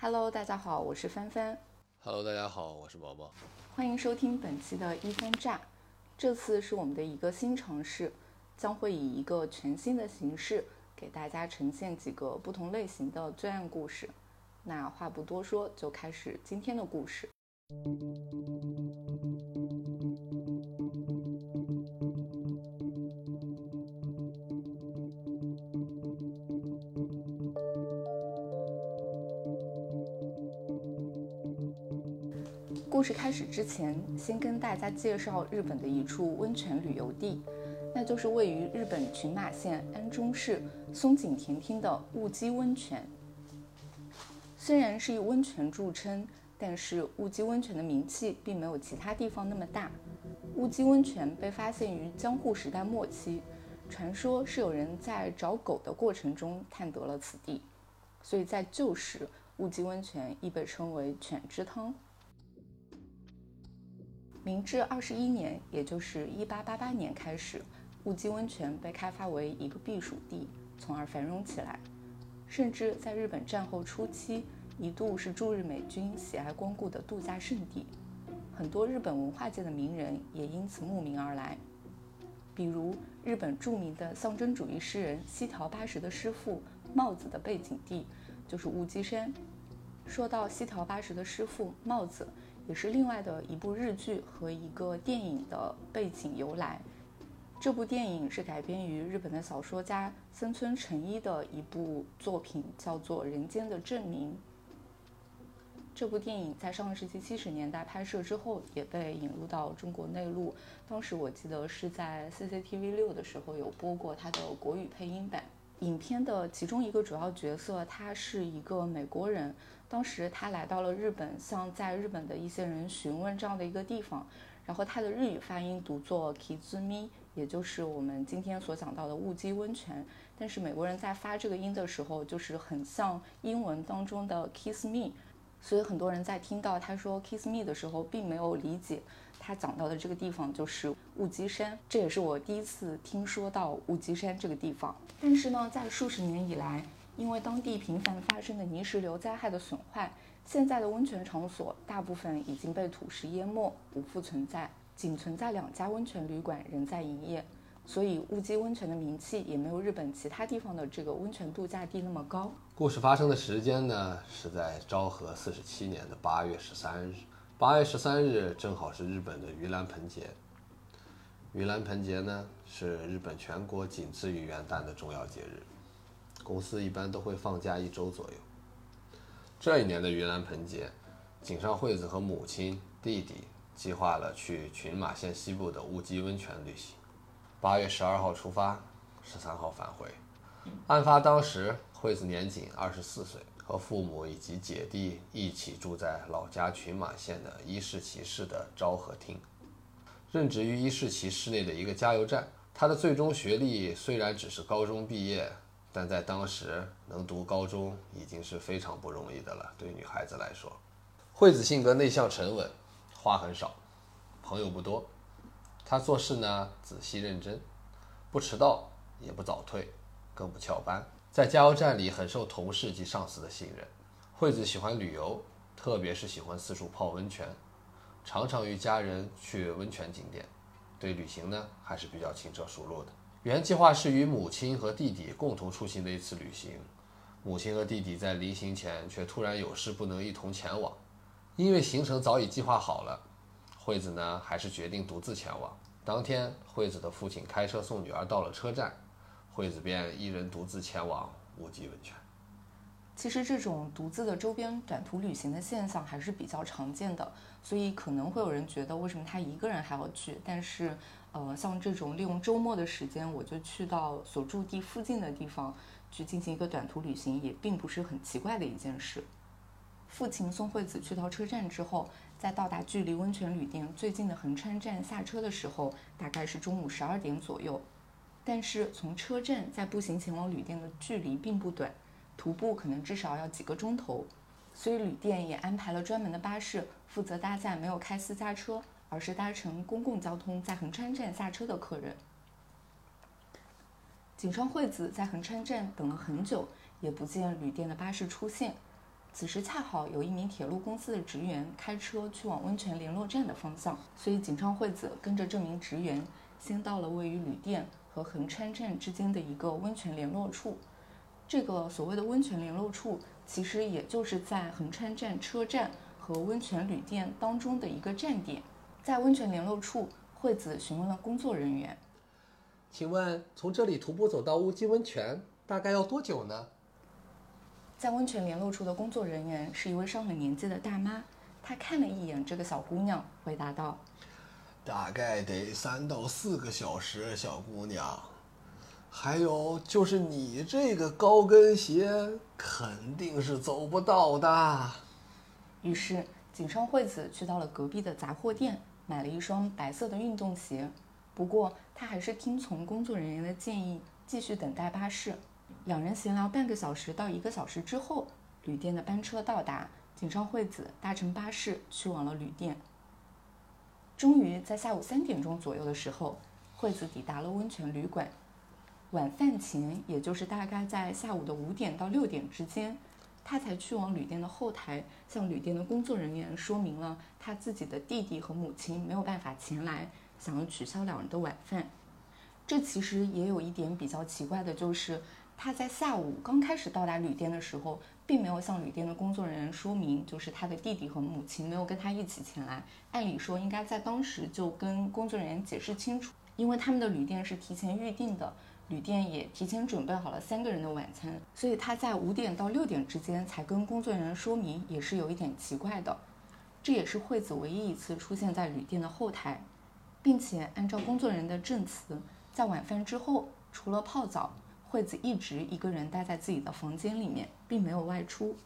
Hello，大家好，我是帆帆。 Hello，大家好，我是宝宝。 欢迎收听本期的一番炸。这次是我们的一个新尝试，将会以一个全新的形式给大家呈现几个不同类型的罪案故事。那话不多说，就开始今天的故事。故事开始之前，先跟大家介绍日本的一处温泉旅游地，那就是位于日本群马县安中市松井田町的雾姬温泉。虽然是以温泉著称，但是雾姬温泉的名气并没有其他地方那么大。雾姬温泉被发现于江户时代末期，传说是有人在找狗的过程中探得了此地，所以在旧时，雾姬温泉亦被称为犬之汤。明治21年，也就是1888年开始，雾姬温泉被开发为一个避暑地，从而繁荣起来。甚至在日本战后初期，一度是驻日美军喜爱光顾的度假胜地，很多日本文化界的名人也因此慕名而来。比如日本著名的象征主义诗人西条八十的师父帽子的背景地就是雾姬山。说到西条八十的师父帽子，也是另外的一部日剧和一个电影的背景由来。这部电影是改编于日本的小说家森村诚一的一部作品，叫做《人间的证明》。这部电影在上个世纪70年代拍摄之后，也被引入到中国内陆。当时我记得是在 CCTV6 的时候有播过它的国语配音版。影片的其中一个主要角色，他是一个美国人，当时他来到了日本，向在日本的一些人询问这样的一个地方，然后他的日语发音读作 Kizumi， 也就是我们今天所讲到的雾姬温泉，但是美国人在发这个音的时候，就是很像英文当中的 Kiss Me， 所以很多人在听到他说 Kiss Me 的时候，并没有理解他讲到的这个地方就是雾姬山。这也是我第一次听说到雾姬山这个地方。但是呢，在数十年以来，因为当地频繁发生的泥石流灾害的损坏，现在的温泉场所大部分已经被土石淹没，不复存在，仅存在2家温泉旅馆仍在营业，所以雾姬温泉的名气也没有日本其他地方的这个温泉度假地那么高。 故事发生的时间呢，是在昭和47年的8月13日。8月13日正好是日本的盂兰盆节。盂兰盆节呢，是日本全国仅次于元旦的重要节日，公司一般都会放假1周左右。这一年的盂兰盆节，井上惠子和母亲、弟弟计划了去群马县西部的雾姬温泉旅行。8月12号出发，13号返回。案发当时，惠子年仅24岁，和父母以及姐弟一起住在老家群马县的伊势崎市的昭和町，任职于伊势崎市内的一个加油站。他的最终学历虽然只是高中毕业，但在当时能读高中已经是非常不容易的了，对女孩子来说。惠子性格内向沉稳，话很少，朋友不多。她做事呢仔细认真，不迟到也不早退，更不翘班。在加油站里很受同事及上司的信任。惠子喜欢旅游，特别是喜欢四处泡温泉，常常与家人去温泉景点，对旅行呢还是比较轻车熟路的。原计划是与母亲和弟弟共同出行的一次旅行，母亲和弟弟在临行前却突然有事不能一同前往。因为行程早已计划好了，惠子呢还是决定独自前往。当天，惠子的父亲开车送女儿到了车站，惠子便一人独自前往雾姬温泉。 其实这种独自的周边短途旅行的现象还是比较常见的，所以可能会有人觉得为什么他一个人还要去，但是像这种利用周末的时间，我就去到所住地附近的地方去进行一个短途旅行，也并不是很奇怪的一件事。父亲送惠子去到车站之后，在到达距离温泉旅店最近的横川站下车的时候，大概是中午12点左右。但是从车站再步行前往旅店的距离并不短，徒步可能至少要几个钟头，所以旅店也安排了专门的巴士，负责搭载没有开私家车，而是搭乘公共交通在横川站下车的客人。井上惠子在横川站等了很久，也不见旅店的巴士出现。 此时恰好有一名铁路公司的职员开车去往温泉联络站的方向，所以井上惠子跟着这名职员先到了位于旅店和横川站之间的一个温泉联络处。这个所谓的温泉联络处，其实也就是在横川站车站和温泉旅店当中的一个站点。在温泉联络处，惠子询问了工作人员：“ 请问从这里徒步走到乌鸡温泉大概要多久呢？” 在温泉联络处的工作人员是一位上了年纪的大妈，她看了一眼这个小姑娘，回答道：“ 大概得3到4个小时，小姑娘。还有就是你这个高跟鞋肯定是走不到的。” 于是井上惠子去到了隔壁的杂货店，买了一双白色的运动鞋。不过她还是听从工作人员的建议，继续等待巴士。两人闲聊半个小时到1个小时之后，旅店的班车到达，井上惠子搭乘巴士去往了旅店。终于在下午3点钟左右的时候，惠子抵达了温泉旅馆。晚饭前，也就是大概在下午的5点到6点之间，她才去往旅店的后台，向旅店的工作人员说明了她自己的弟弟和母亲没有办法前来，想要取消两人的晚饭。这其实也有一点比较奇怪的，就是他在下午刚开始到达旅店的时候，并没有向旅店的工作人员说明，就是他的弟弟和母亲没有跟他一起前来。按理说应该在当时就跟工作人员解释清楚，因为他们的旅店是提前预定的，旅店也提前准备好了3个人的晚餐，所以他在5点到6点之间才跟工作人员说明，也是有一点奇怪的。这也是惠子唯一一次出现在旅店的后台，并且按照工作人员的证词，在晚饭之后，除了泡澡，惠子一直一个人待在自己的房间里面，并没有外出。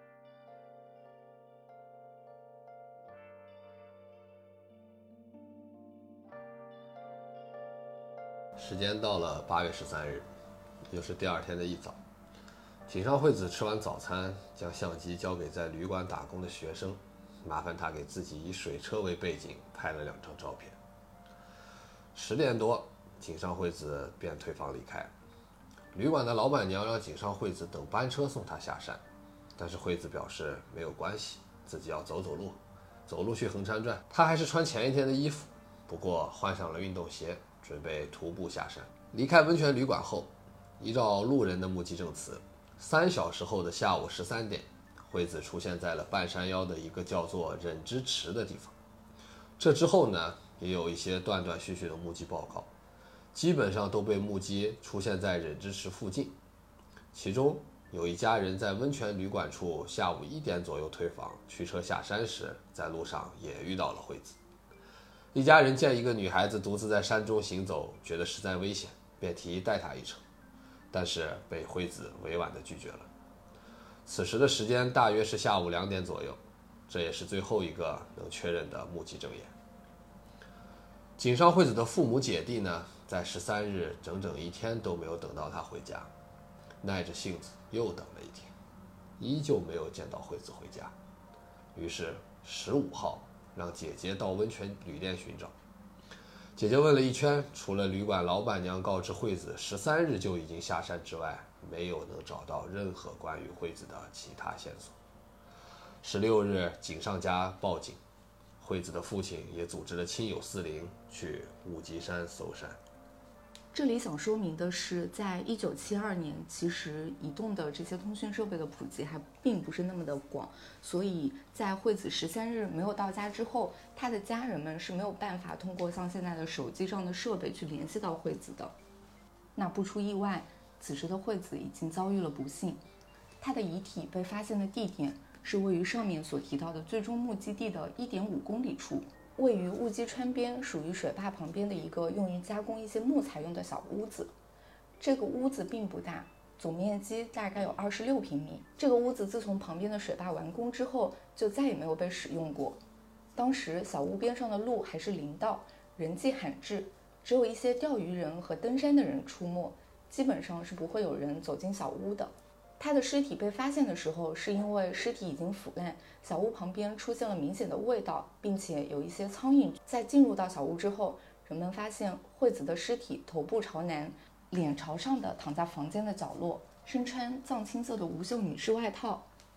时间到了8月13日，也就是第2天的一早，井上惠子吃完早餐，将相机交给在旅馆打工的学生，麻烦他给自己以水车为背景拍了2张照片。10点多，井上惠子便退房离开。旅馆的老板娘让井上惠子等班车送她下山，但是惠子表示没有关系，自己要走路去横川站。她还是穿前一天的衣服，不过换上了运动鞋，准备徒步下山。离开温泉旅馆后，依照路人的目击证词，3小时后的下午13点，惠子出现在了半山腰的一个叫做忍之池的地方。这之后呢，也有一些断断续续的目击报告，基本上都被目击出现在忍之池附近。其中有一家人在温泉旅馆处下午1点左右退房，驱车下山时，在路上也遇到了惠子。一家人见一个女孩子独自在山中行走，觉得实在危险，便提议带她一程，但是被惠子委婉地拒绝了。此时的时间大约是下午2点左右，这也是最后一个能确认的目击证言。井上惠子的父母姐弟呢，在13日整整1天都没有等到她回家，耐着性子又等了1天，依旧没有见到惠子回家。于是15号让姐姐到温泉旅店寻找。姐姐问了一圈，除了旅馆老板娘告知惠子13日就已经下山之外，没有能找到任何关于惠子的其他线索。16日井上家报警，惠子的父亲也组织了亲友4邻去五级山搜山。 这里想说明的是，在1972年，其实移动的这些通讯设备的普及还并不是那么的广，所以在惠子13日没有到家之后，她的家人们是没有办法通过像现在的手机上的设备去联系到惠子的。那不出意外，此时的惠子已经遭遇了不幸，她的遗体被发现的地点是位于上面所提到的最终目击地的1.5公里处，位于雾基川边，属于水坝旁边的一个用于加工一些木材用的小屋子。这个屋子并不大，总面积大概有26平米。这个屋子自从旁边的水坝完工之后，就再也没有被使用过。当时小屋边上的路还是林道，人迹罕至，只有一些钓鱼人和登山的人出没，基本上是不会有人走进小屋的。他的尸体被发现的时候，是因为尸体已经腐烂，小屋旁边出现了明显的味道，并且有一些苍蝇。在进入到小屋之后，人们发现惠子的尸体头部朝南，脸朝上的躺在房间的角落，身穿藏青色的无袖女士外套。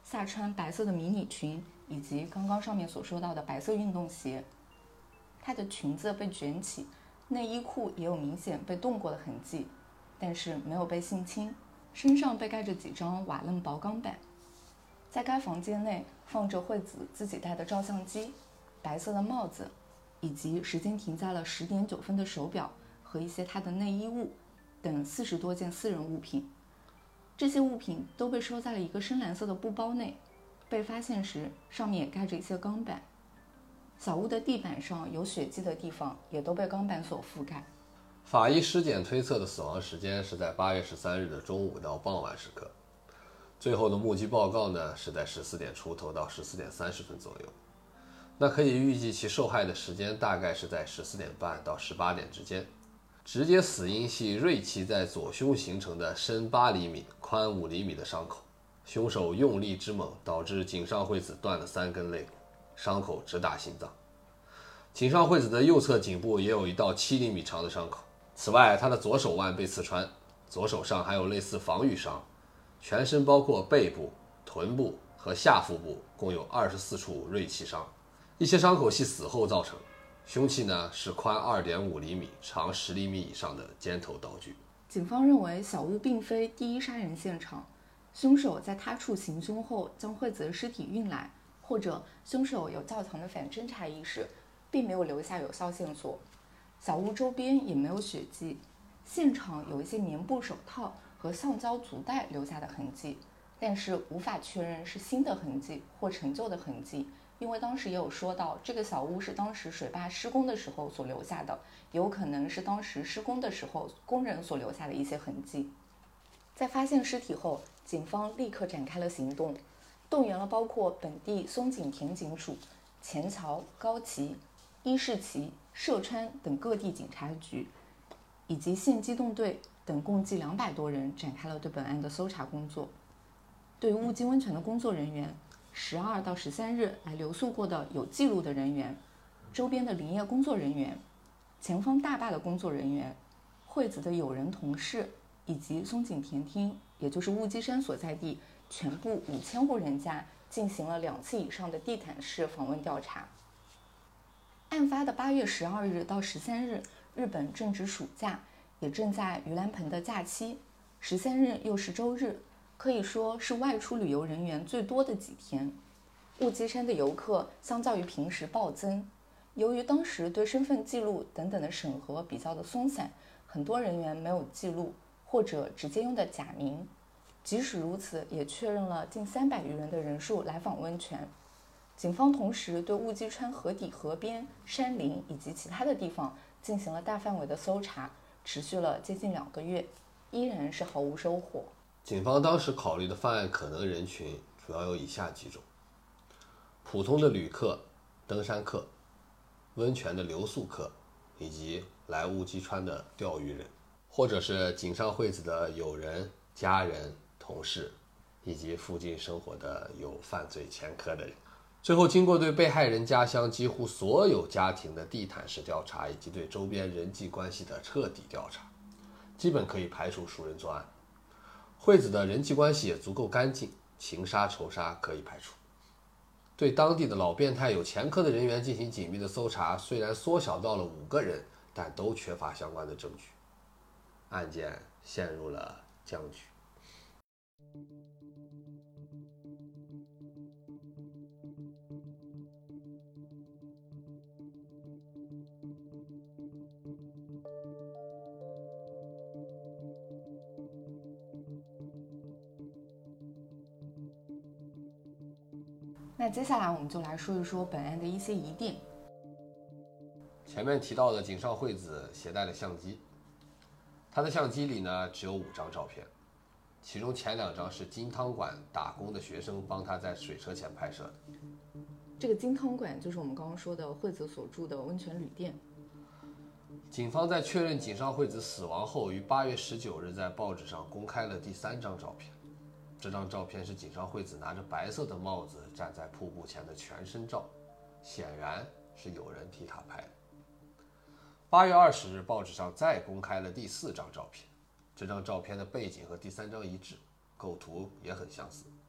下穿白色的迷你裙，以及刚刚上面所说到的白色运动鞋。她的裙子被卷起，内衣裤也有明显被动过的痕迹，但是没有被性侵。身上被盖着几张瓦楞薄钢板。在该房间内放着惠子自己带的照相机、白色的帽子，以及时间停在了10点9分的手表和一些她的内衣物等40多件私人物品。这些物品都被收在了一个深蓝色的布包内，被发现时上面也盖着一些钢板。小屋的地板上有血迹的地方也都被钢板所覆盖。 法医尸检推测的死亡时间是在8月13日的中午到傍晚时刻，最后的目击报告呢是在14点出头到14点30分左右。那可以预计其受害的时间大概是在14点半到18点之间。直接死因系锐器在左胸形成的深8厘米、宽5厘米的伤口，凶手用力之猛导致井上惠子断了3根肋骨，伤口直达心脏。井上惠子的右侧颈部也有一道7厘米长的伤口。此外，她的左手腕被刺穿，左手上还有类似防御伤，全身包括背部、臀部和下腹部共有24处锐器伤，一些伤口系死后造成。凶器呢是宽2.5厘米、长10厘米以上的尖头刀具。 警方认为小屋并非第一杀人现场，凶手在他处行凶后将惠子的尸体运来，或者凶手有较强的反侦查意识，并没有留下有效线索。小屋周边也没有血迹，现场有一些棉布手套和橡胶足带留下的痕迹，但是无法确认是新的痕迹或陈旧的痕迹，因为当时也有说到这个小屋是当时水坝施工的时候所留下的，也有可能是当时施工的时候工人所留下的一些痕迹。在发现尸体后，警方立刻展开了行动，动员了包括本地松井田警署、前桥、高崎、伊势崎、涉川等各地警察局，以及县机动队等共计200多人展开了对本案的搜查工作。对于雾津温泉的工作人员、12到13日来留宿过的有记录的人员、周边的林业工作人员、前方大坝的工作人员、惠子的友人同事，以及松井田町，也就是雾姬山所在地全部5000户人家进行了2次以上的地毯式访问调查。案发的8月12日到13日，日本正值暑假，也正在盂兰盆的假期，13日又是周日，可以说是外出旅游人员最多的几天。雾姬山的游客相较于平时暴增，由于当时对身份记录等等的审核比较的松散，很多人员没有记录或者直接用的假名。即使如此，也确认了近300余人的人数来访温泉。警方同时对雾姬川河底河边、山林以及其他的地方进行了大范围的搜查，持续了接近2个月，依然是毫无收获。 警方当时考虑的犯案可能人群主要有以下几种：普通的旅客、登山客、温泉的留宿客，以及来雾姬川的钓鱼人，或者是井上惠子的友人、家人、同事，以及附近生活的有犯罪前科的人。最后，经过对被害人家乡几乎所有家庭的地毯式调查，以及对周边人际关系的彻底调查，基本可以排除熟人作案。惠子的人际关系也足够干净，情杀仇杀可以排除。对当地的老变态有前科的人员进行紧密的搜查，虽然缩小到了5个人，但都缺乏相关的证据，案件陷入了僵局。 那接下来我们就来说一说本案的一些疑点。 前面提到的井上惠子携带了相机，她的相机里呢只有5张照片，其中前2张是金汤馆打工的学生帮她在水车前拍摄的。 这个金汤馆就是我们刚刚说的惠子所住的温泉旅店。 警方在确认井上惠子死亡后，于8月19日在报纸上公开了第3张照片。这张照片是井上惠子拿着白色的帽子站在瀑布前的全身照，显然是有人替她拍的。8月20日，报纸上再公开了第4张照片，这张照片的背景和第3张一致，构图也很相似。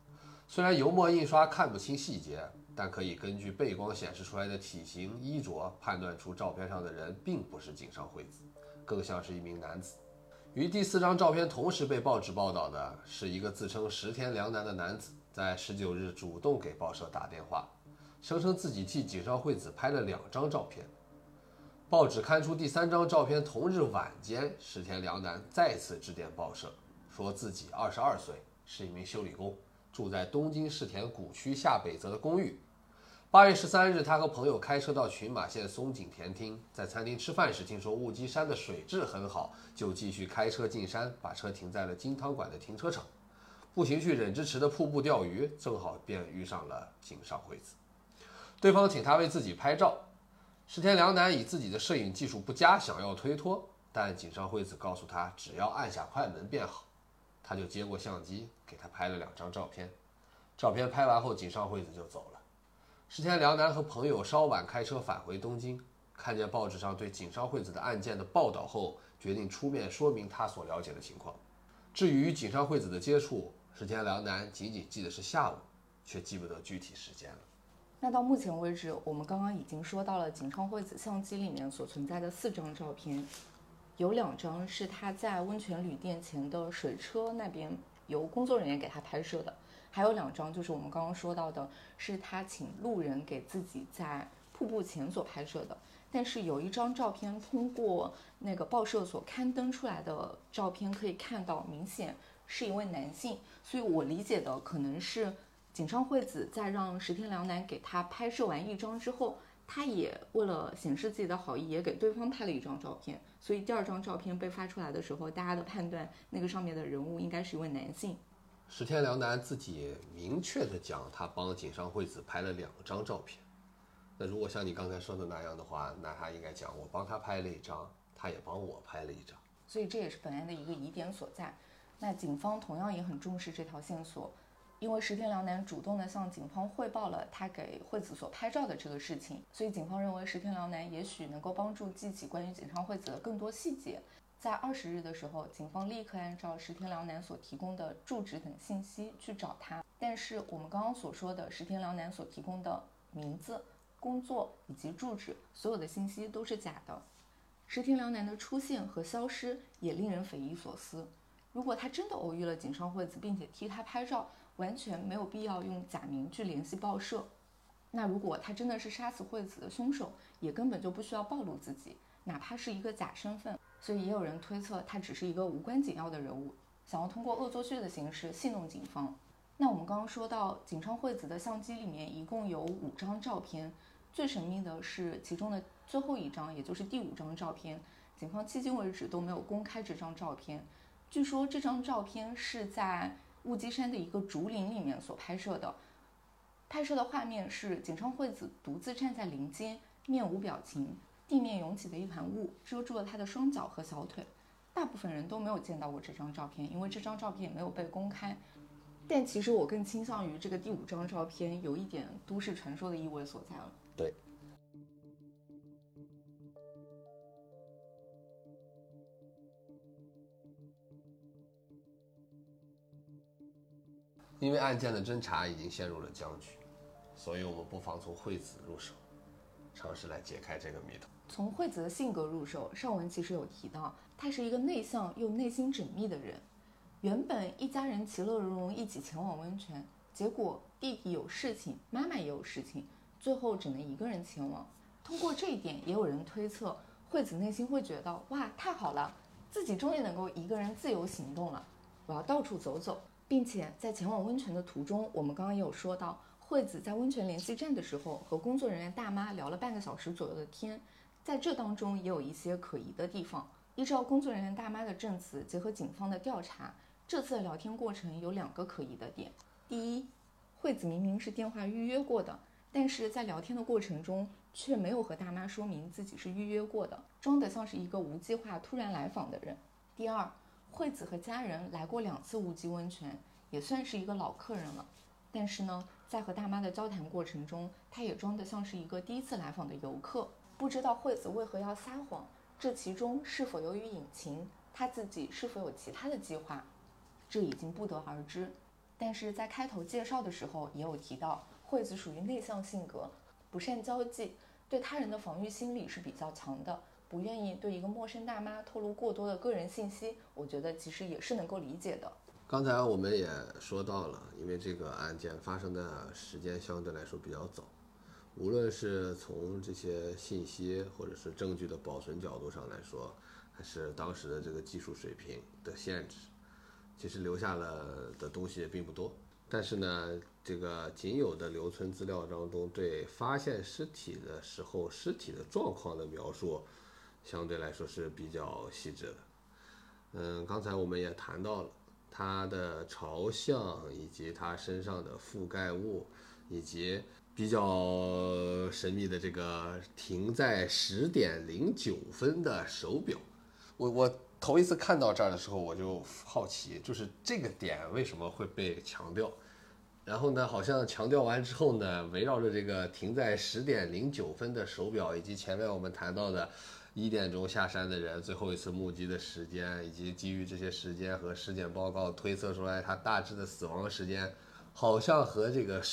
虽然油墨印刷看不清细节，但可以根据背光显示出来的体型、衣着判断出照片上的人并不是井上惠子，更像是一名男子。与第4张照片同时被报纸报道的是一个自称石田良男的男子，在19日主动给报社打电话，声称自己替井上惠子拍了2张照片。报纸刊出第3张照片同日晚间，石田良男再次致电报社，说自己22岁，是一名修理工，住在东京世田谷区下北泽的公寓。8月13日，他和朋友开车到群马县松井田町，在餐厅吃饭时听说雾基山的水质很好，就继续开车进山，把车停在了金汤馆的停车场。步行去忍之池的瀑布钓鱼，正好便遇上了井上惠子。对方请他为自己拍照，石田良男以自己的摄影技术不佳，想要推脱，但井上惠子告诉他只要按下快门便好，他就接过相机给他拍了2张照片。照片拍完后，井上惠子就走了。石田良男和朋友稍晚开车返回东京，看见报纸上对井上惠子的案件的报道后，决定出面说明他所了解的情况。至于井上惠子的接触，石田良男仅仅记得是下午，却记不得具体时间了。 那到目前为止，我们刚刚已经说到了井上惠子相机里面所存在的4张照片，有2张是他在温泉旅店前的水车那边由工作人员给他拍摄的，还有2张就是我们刚刚说到的，是他请路人给自己在瀑布前所拍摄的。但是有1张照片通过那个报社所刊登出来的照片可以看到，明显是一位男性，所以我理解的可能是井上惠子在让石田良男给他拍摄完1张之后，他也为了显示自己的好意，也给对方拍了1张照片，所以第2张照片被发出来的时候，大家的判断那个上面的人物应该是一位男性。 石田良男自己明确的讲，他帮井上惠子拍了2张照片。那如果像你刚才说的那样的话，那他应该讲我帮他拍了1张，他也帮我拍了1张。 所以这也是本案的一个疑点所在。那警方同样也很重视这条线索，因为石田良男主动的向警方汇报了他给惠子所拍照的这个事情，所以警方认为石田良男也许能够帮助记起关于井上惠子的更多细节。在20日的时候，警方立刻按照石田良男所提供的住址等信息去找他，但是我们刚刚所说的石田良男所提供的名字、工作以及住址，所有的信息都是假的。石田良男的出现和消失也令人匪夷所思。如果他真的偶遇了井上惠子，并且替他拍照，完全没有必要用假名去联系报社。那如果他真的是杀死惠子的凶手，也根本就不需要暴露自己，哪怕是一个假身份。所以也有人推测他只是一个无关紧要的人物，想要通过恶作剧的形式戏弄警方。那我们刚刚说到井上惠子的相机里面一共有5张照片，最神秘的是其中的最后1张，也就是第5张照片，警方迄今为止都没有公开这张照片。据说这张照片是在雾基山的一个竹林里面所拍摄的，拍摄的画面是井上惠子独自站在林间，面无表情，地面涌起的一团雾遮住了她的双脚和小腿。大部分人都没有见到过这张照片，因为这张照片也没有被公开。但其实我更倾向于这个第5张照片有一点都市传说的意味所在了。 对，因为案件的侦查已经陷入了僵局，所以我们不妨从惠子入手，尝试来解开这个谜团。 从惠子的性格入手，上文其实有提到，她是一个内向又内心缜密的人。原本一家人其乐融融一起前往温泉，结果弟弟有事情，妈妈也有事情，最后只能一个人前往。通过这一点，也有人推测，惠子内心会觉得，哇，太好了，自己终于能够一个人自由行动了，我要到处走走。并且在前往温泉的途中，我们刚刚也有说到，惠子在温泉联系站的时候和工作人员大妈聊了半个小时左右的天，在这当中也有一些可疑的地方。依照工作人员大妈的证词，结合警方的调查，这次的聊天过程有2个可疑的点。第一，惠子明明是电话预约过的，但是在聊天的过程中却没有和大妈说明自己是预约过的，装得像是一个无计划突然来访的人。第二，惠子和家人来过2次雾基温泉，也算是一个老客人了。但是呢，在和大妈的交谈过程中，她也装得像是一个第1次来访的游客。不知道惠子为何要撒谎，这其中是否由于隐情，她自己是否有其他的计划，这已经不得而知。 但是在开头介绍的时候也有提到，惠子属于内向性格，不善交际，对他人的防御心理是比较强的，不愿意对一个陌生大妈透露过多的个人信息，我觉得其实也是能够理解的。 刚才我们也说到了，因为这个案件发生的时间相对来说比较早，无论是从这些信息或者是证据的保存角度上来说，还是当时的这个技术水平的限制，其实留下了的东西也并不多。但是呢，这个仅有的留存资料当中，对发现尸体的时候尸体的状况的描述，相对来说是比较细致的。刚才我们也谈到了它的朝向，以及它身上的覆盖物，以及比较神秘的这个停在10:09的手表。我头一次看到这儿的时候，我就好奇，就是这个点为什么会被强调？然后呢，好像强调完之后呢，围绕着这个停在10:09的手表，以及前面我们谈到的1点钟下山的人最后一次目击的时间，以及基于这些时间和尸检报告推测出来他大致的死亡时间，好像和这个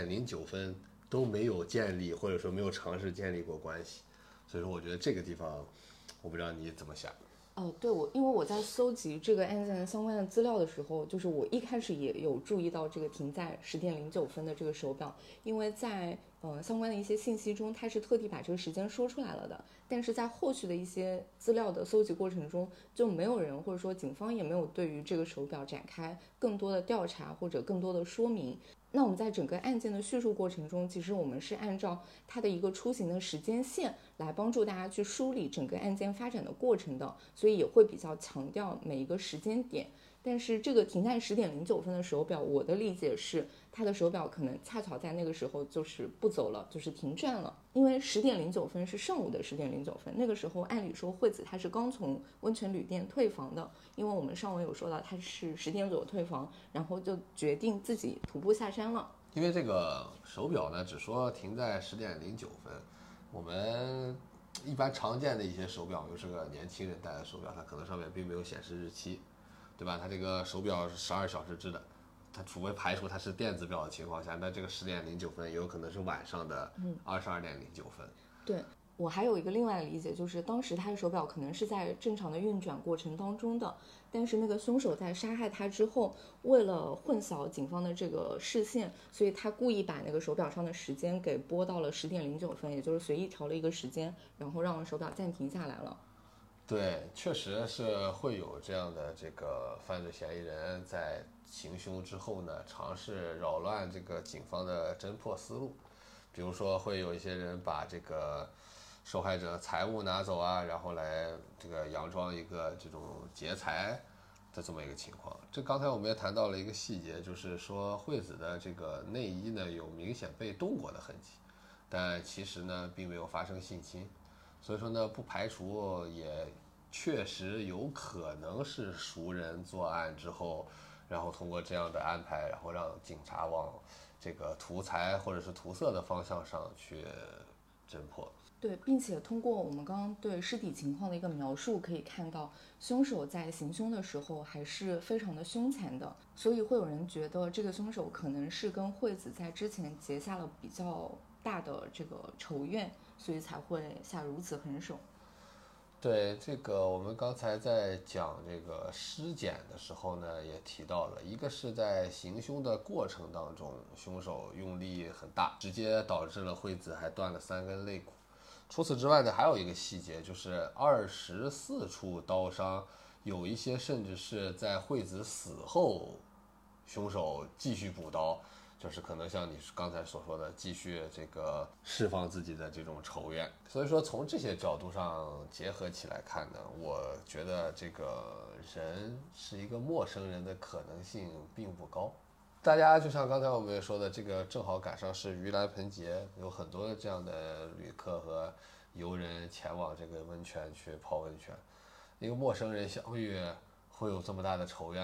10:09都没有建立，或者说没有尝试建立过关系。所以说，我觉得这个地方，我不知道你怎么想。 对，因为我在搜集这个案件相关的资料的时候，就是我一开始也有注意到这个停在10:09的这个手表，因为在相关的一些信息中，它是特地把这个时间说出来了的。但是在后续的一些资料的搜集过程中，就没有人或者说警方也没有对于这个手表展开更多的调查或者更多的说明。那我们在整个案件的叙述过程中，其实我们是按照它的一个出行的时间线来帮助大家去梳理整个案件发展的过程的，所以也会比较强调每一个时间点。但是这个停在10:09的手表，我的理解是它的手表可能恰巧在那个时候就是不走了，就是停转了。因为10:09是上午的10:09，那个时候按理说惠子她是刚从温泉旅店退房的，因为我们上文有说到她是10点左右退房，然后就决定自己徒步下山了。 因为这个手表呢，只说停在10:09，我们一般常见的一些手表，又是个年轻人戴的手表，它可能上面并没有显示日期，对吧？它这个手表是12小时制的，它除非排除它是电子表的情况下，那这个10:09也有可能是晚上的22:09。 对，我还有一个另外的理解，就是当时他的手表可能是在正常的运转过程当中的，但是那个凶手在杀害他之后，为了混淆警方的这个视线，所以他故意把那个手表上的时间给拨到了10:09，也就是随意调了一个时间，然后让手表暂停下来了。 对，确实是会有这样的这个犯罪嫌疑人在行凶之后呢，尝试扰乱这个警方的侦破思路。比如说，会有一些人把这个受害者财物拿走啊，然后来这个佯装一个这种劫财的这么一个情况。这刚才我们也谈到了一个细节，就是说惠子的这个内衣呢有明显被动过的痕迹，但其实呢并没有发生性侵。所以说呢，不排除也确实有可能是熟人作案之后，然后通过这样的安排，然后让警察往这个图财或者是图色的方向上去侦破。 对，并且通过我们刚刚对尸体情况的一个描述，可以看到凶手在行凶的时候还是非常的凶残的，所以会有人觉得这个凶手可能是跟惠子在之前结下了比较大的这个仇怨，所以才会下如此狠手。 对，这个我们刚才在讲这个尸检的时候呢，也提到了，一个是在行凶的过程当中，凶手用力很大，直接导致了惠子还断了3根肋骨。除此之外呢，还有一个细节，就是24处刀伤，有一些甚至是在惠子死后，凶手继续补刀，就是可能像你刚才所说的，继续这个释放自己的这种仇怨。所以说，从这些角度上结合起来看呢，我觉得这个人是一个陌生人的可能性并不高。大家就像刚才我们也说的，这个正好赶上是盂兰盆节，有很多的这样的旅客和游人前往这个温泉去泡温泉。一个陌生人相遇，会有这么大的仇怨吗？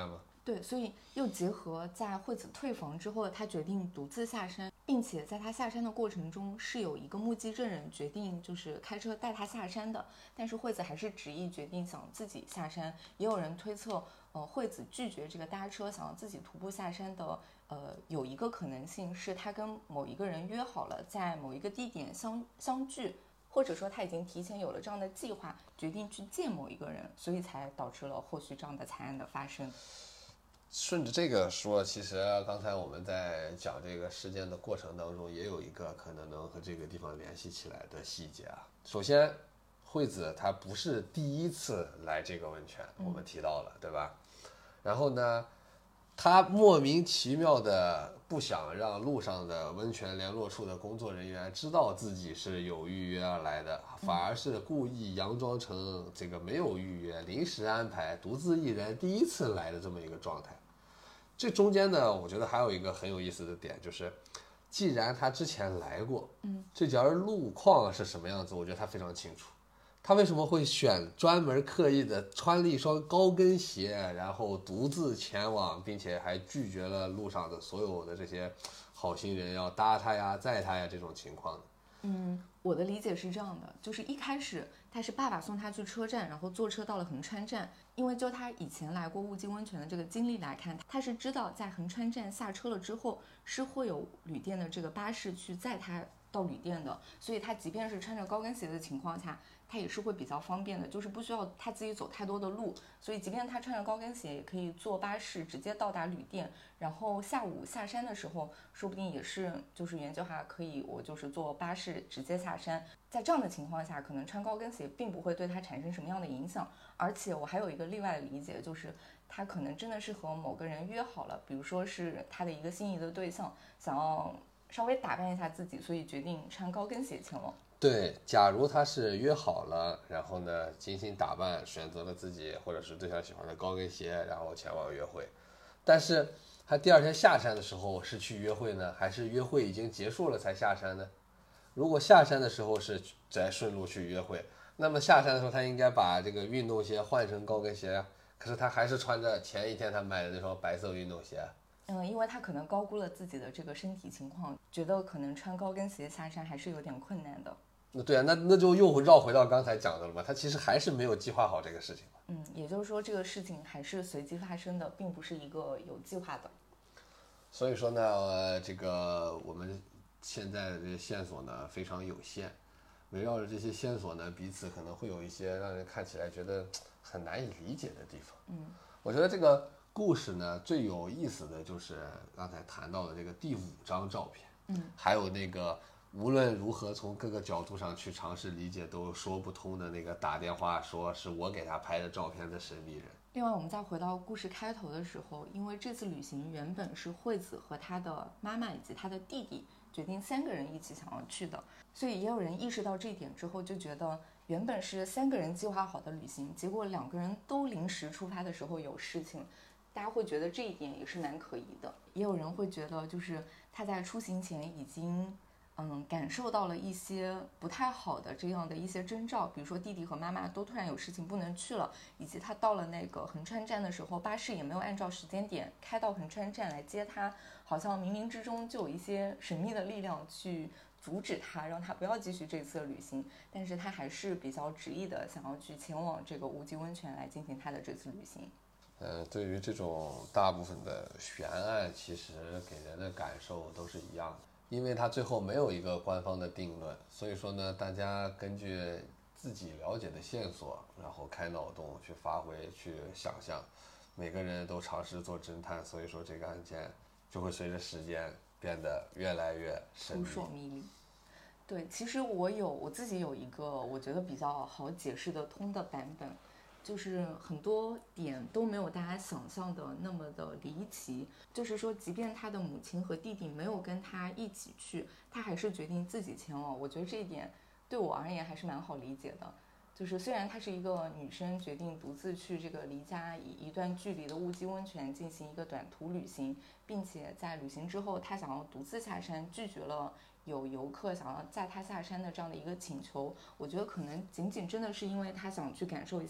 对，所以又结合在惠子退房之后，他决定独自下山，并且在他下山的过程中是有一个目击证人决定就是开车带他下山的，但是惠子还是执意决定想自己下山。也有人推测，惠子拒绝这个搭车，想要自己徒步下山的，有一个可能性是他跟某一个人约好了在某一个地点相聚。或者说他已经提前有了这样的计划，决定去见某一个人，所以才导致了后续这样的惨案的发生。 顺着这个说，其实刚才我们在讲这个事件的过程当中，也有一个可能和这个地方联系起来的细节啊。首先，惠子她不是第一次来这个温泉，我们提到了，对吧？然后呢，她莫名其妙的不想让路上的温泉联络处的工作人员知道自己是有预约而来的，反而是故意佯装成这个没有预约、临时安排、独自一人第一次来的这么一个状态。这中间呢，我觉得还有一个很有意思的点，就是既然他之前来过，这条路况是什么样子，我觉得他非常清楚。他为什么会选专门刻意的穿了一双高跟鞋，然后独自前往，并且还拒绝了路上的所有的这些好心人要搭他呀、载他呀这种情况呢？ 我的理解是这样的，就是一开始他是爸爸送他去车站，然后坐车到了横川站，因为就他以前来过雾津温泉的这个经历来看，他是知道在横川站下车了之后是会有旅店的这个巴士去载他到旅店的，所以他即便是穿着高跟鞋的情况下，他也是会比较方便的，就是不需要他自己走太多的路，所以即便他穿着高跟鞋也可以坐巴士直接到达旅店，然后下午下山的时候说不定也是就是原计划可以我就是坐巴士直接下山，在这样的情况下可能穿高跟鞋并不会对他产生什么样的影响。而且我还有一个例外的理解，就是他可能真的是和某个人约好了，比如说是他的一个心仪的对象，想要稍微打扮一下自己，所以决定穿高跟鞋前往。 对，假如他是约好了，然后呢精心打扮，选择了自己或者是对象喜欢的高跟鞋，然后前往约会。但是他第二天下山的时候是去约会呢，还是约会已经结束了才下山呢？如果下山的时候是再顺路去约会，那么下山的时候他应该把这个运动鞋换成高跟鞋啊。可是他还是穿着前一天他买的那双白色运动鞋。 因为他可能高估了自己的这个身体情况，觉得可能穿高跟鞋下山还是有点困难的。 对啊，那就又绕回到刚才讲的了嘛，他其实还是没有计划好这个事情。 也就是说这个事情还是随机发生的，并不是一个有计划的。 所以说呢，这个我们现在的这些线索呢非常有限，围绕着这些线索呢，彼此可能会有一些让人看起来觉得很难以理解的地方。我觉得这个故事呢最有意思的就是刚才谈到的这个第5张照片，还有那个无论如何从各个角度上去尝试理解都说不通的那个打电话说是我给他拍的照片的神秘人。 另外我们再回到故事开头的时候，因为这次旅行原本是惠子和她的妈妈以及她的弟弟决定3个人一起想要去的，所以也有人意识到这一点之后就觉得原本是3个人计划好的旅行，结果2个人都临时出发的时候有事情，大家会觉得这一点也是蛮可疑的。也有人会觉得就是他在出行前已经感受到了一些不太好的这样的一些征兆，比如说弟弟和妈妈都突然有事情不能去了，以及他到了那个横川站的时候，巴士也没有按照时间点开到横川站来接他，好像冥冥之中就有一些神秘的力量去阻止他，让他不要继续这次的旅行，但是他还是比较执意的想要去前往这个无极温泉来进行他的这次旅行。 对于这种大部分的悬案，其实给人的感受都是一样的。因为它最后没有一个官方的定论，所以说呢，大家根据自己了解的线索，然后开脑洞去发挥、去想象，每个人都尝试做侦探，所以说这个案件就会随着时间变得越来越神秘、 扑朔迷离。对，其实我自己有一个我觉得比较好解释得通的版本，就是很多点都没有大家想象的那么的离奇，就是说即便他的母亲和弟弟没有跟他一起去，他还是决定自己前往，我觉得这一点对我而言还是蛮好理解的。就是虽然她是一个女生，决定独自去这个离家一段距离的雾姬温泉进行一个短途旅行，并且在旅行之后她想要独自下山，拒绝了有游客想要载她下山的这样的一个请求，我觉得可能仅仅真的是因为她想去感受一下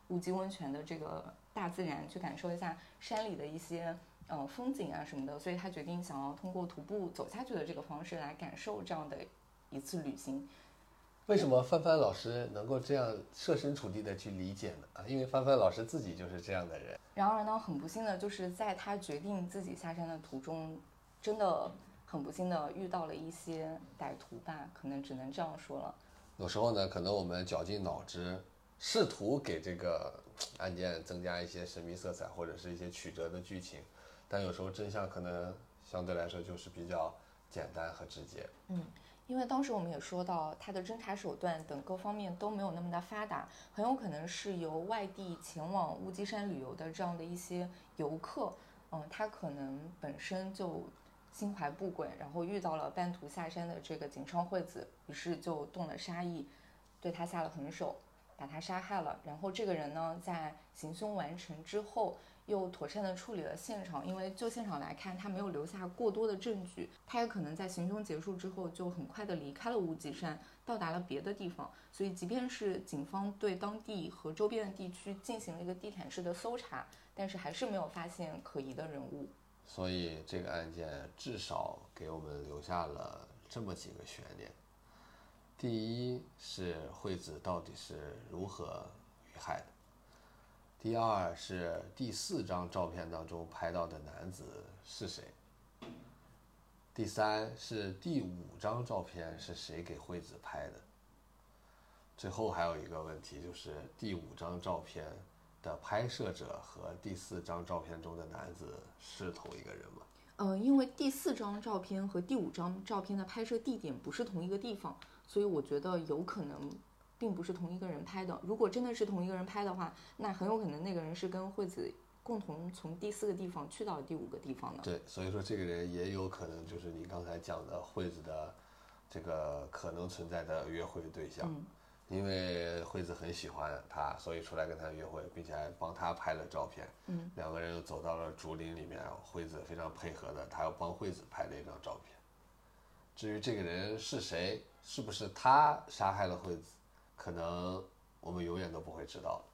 乌鸡温泉的这个大自然，去感受一下山里的一些风景啊什么的，所以他决定想要通过徒步走下去的这个方式来感受这样的一次旅行。 为什么范范老师能够这样设身处地的去理解呢？因为范范老师自己就是这样的人。 然而呢，很不幸的就是在他决定自己下山的途中，真的很不幸的遇到了一些歹徒吧，可能只能这样说了。 有时候呢，可能我们绞尽脑汁，试图给这个案件增加一些神秘色彩，或者是一些曲折的剧情，但有时候真相可能相对来说就是比较简单和直接。 因为当时我们也说到，他的侦查手段等各方面都没有那么的发达，很有可能是由外地前往乌鸡山旅游的这样的一些游客，他可能本身就心怀不轨，然后遇到了半途下山的这个井上惠子，于是就动了杀意，对他下了狠手，把他杀害了。然后这个人呢，在行凶完成之后，又妥善地处理了现场，因为就现场来看，他没有留下过多的证据，他也可能在行凶结束之后就很快地离开了乌鸡山，到达了别的地方。所以即便是警方对当地和周边的地区进行了一个地毯式的搜查，但是还是没有发现可疑的人物。 所以这个案件至少给我们留下了这么几个悬念。第一是惠子到底是如何遇害的，第二是第4张照片当中拍到的男子是谁，第三是第5张照片是谁给惠子拍的，最后还有一个问题，就是第5张照片的拍摄者和第4张照片中的男子是同一个人吗？ 因为第4张照片和第5张照片的拍摄地点不是同一个地方，所以我觉得有可能并不是同一个人拍的。如果真的是同一个人拍的话，那很有可能那个人是跟惠子共同从第4个地方去到第5个地方的。 对，所以说这个人也有可能就是你刚才讲的惠子的这个可能存在的约会对象。因为惠子很喜欢他，所以出来跟他约会，并且还帮他拍了照片。两个人又走到了竹林里面，惠子非常配合的，他要帮惠子拍了一张照片。至于这个人是谁，是不是他杀害了惠子，可能我们永远都不会知道了。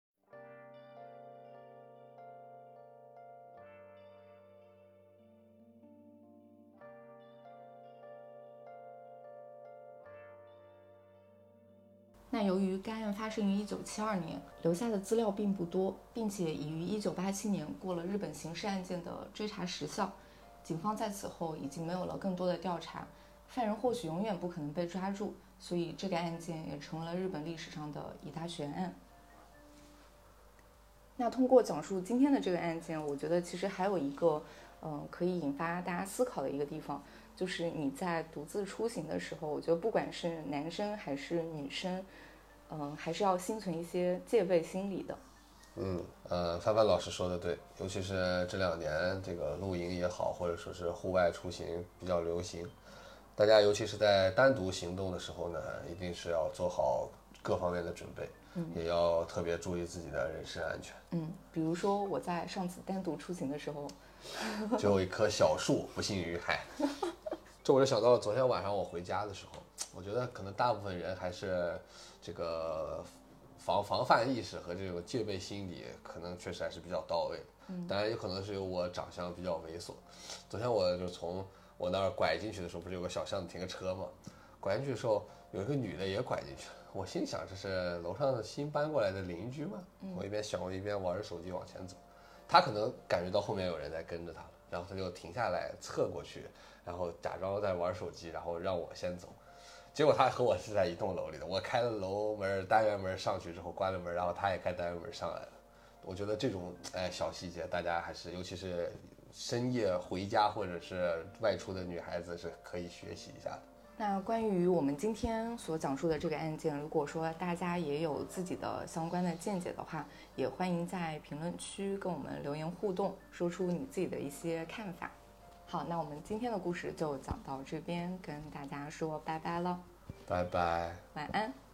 那由于该案发生于1972年，留下的资料并不多，并且已于1987年过了日本刑事案件的追查时效，警方在此后已经没有了更多的调查，犯人或许永远不可能被抓住，所以这个案件也成了日本历史上的一大悬案。那通过讲述今天的这个案件，我觉得其实还有一个可以引发大家思考的一个地方，就是你在独自出行的时候，我觉得不管是男生还是女生，还是要心存一些戒备心理的。 范范老师说的对，尤其是这2年这个露营也好，或者说是户外出行比较流行，大家尤其是在单独行动的时候呢，一定是要做好各方面的准备，也要特别注意自己的人身安全。 比如说我在上次单独出行的时候， 就有一棵小树不幸遇害。这我就想到了昨天晚上我回家的时候，我觉得可能大部分人还是这个防范意识和这种戒备心理可能确实还是比较到位的。当然有可能是由我长相比较猥琐。昨天我就从我那儿拐进去的时候，不是有个小巷子停个车吗？拐进去的时候有一个女的也拐进去了，我心想这是楼上新搬过来的邻居吗？我一边想我一边玩着手机往前走。他可能感觉到后面有人在跟着他了，然后他就停下来侧过去，然后假装在玩手机，然后让我先走。结果他和我是在一栋楼里的，我开了楼门单元门上去之后关了门，然后他也开单元门上来了。我觉得这种小细节，大家还是尤其是深夜回家或者是外出的女孩子是可以学习一下的。 那关于我们今天所讲述的这个案件，如果说大家也有自己的相关的见解的话，也欢迎在评论区跟我们留言互动，说出你自己的一些看法。好，那我们今天的故事就讲到这边，跟大家说拜拜了， 拜拜， 晚安。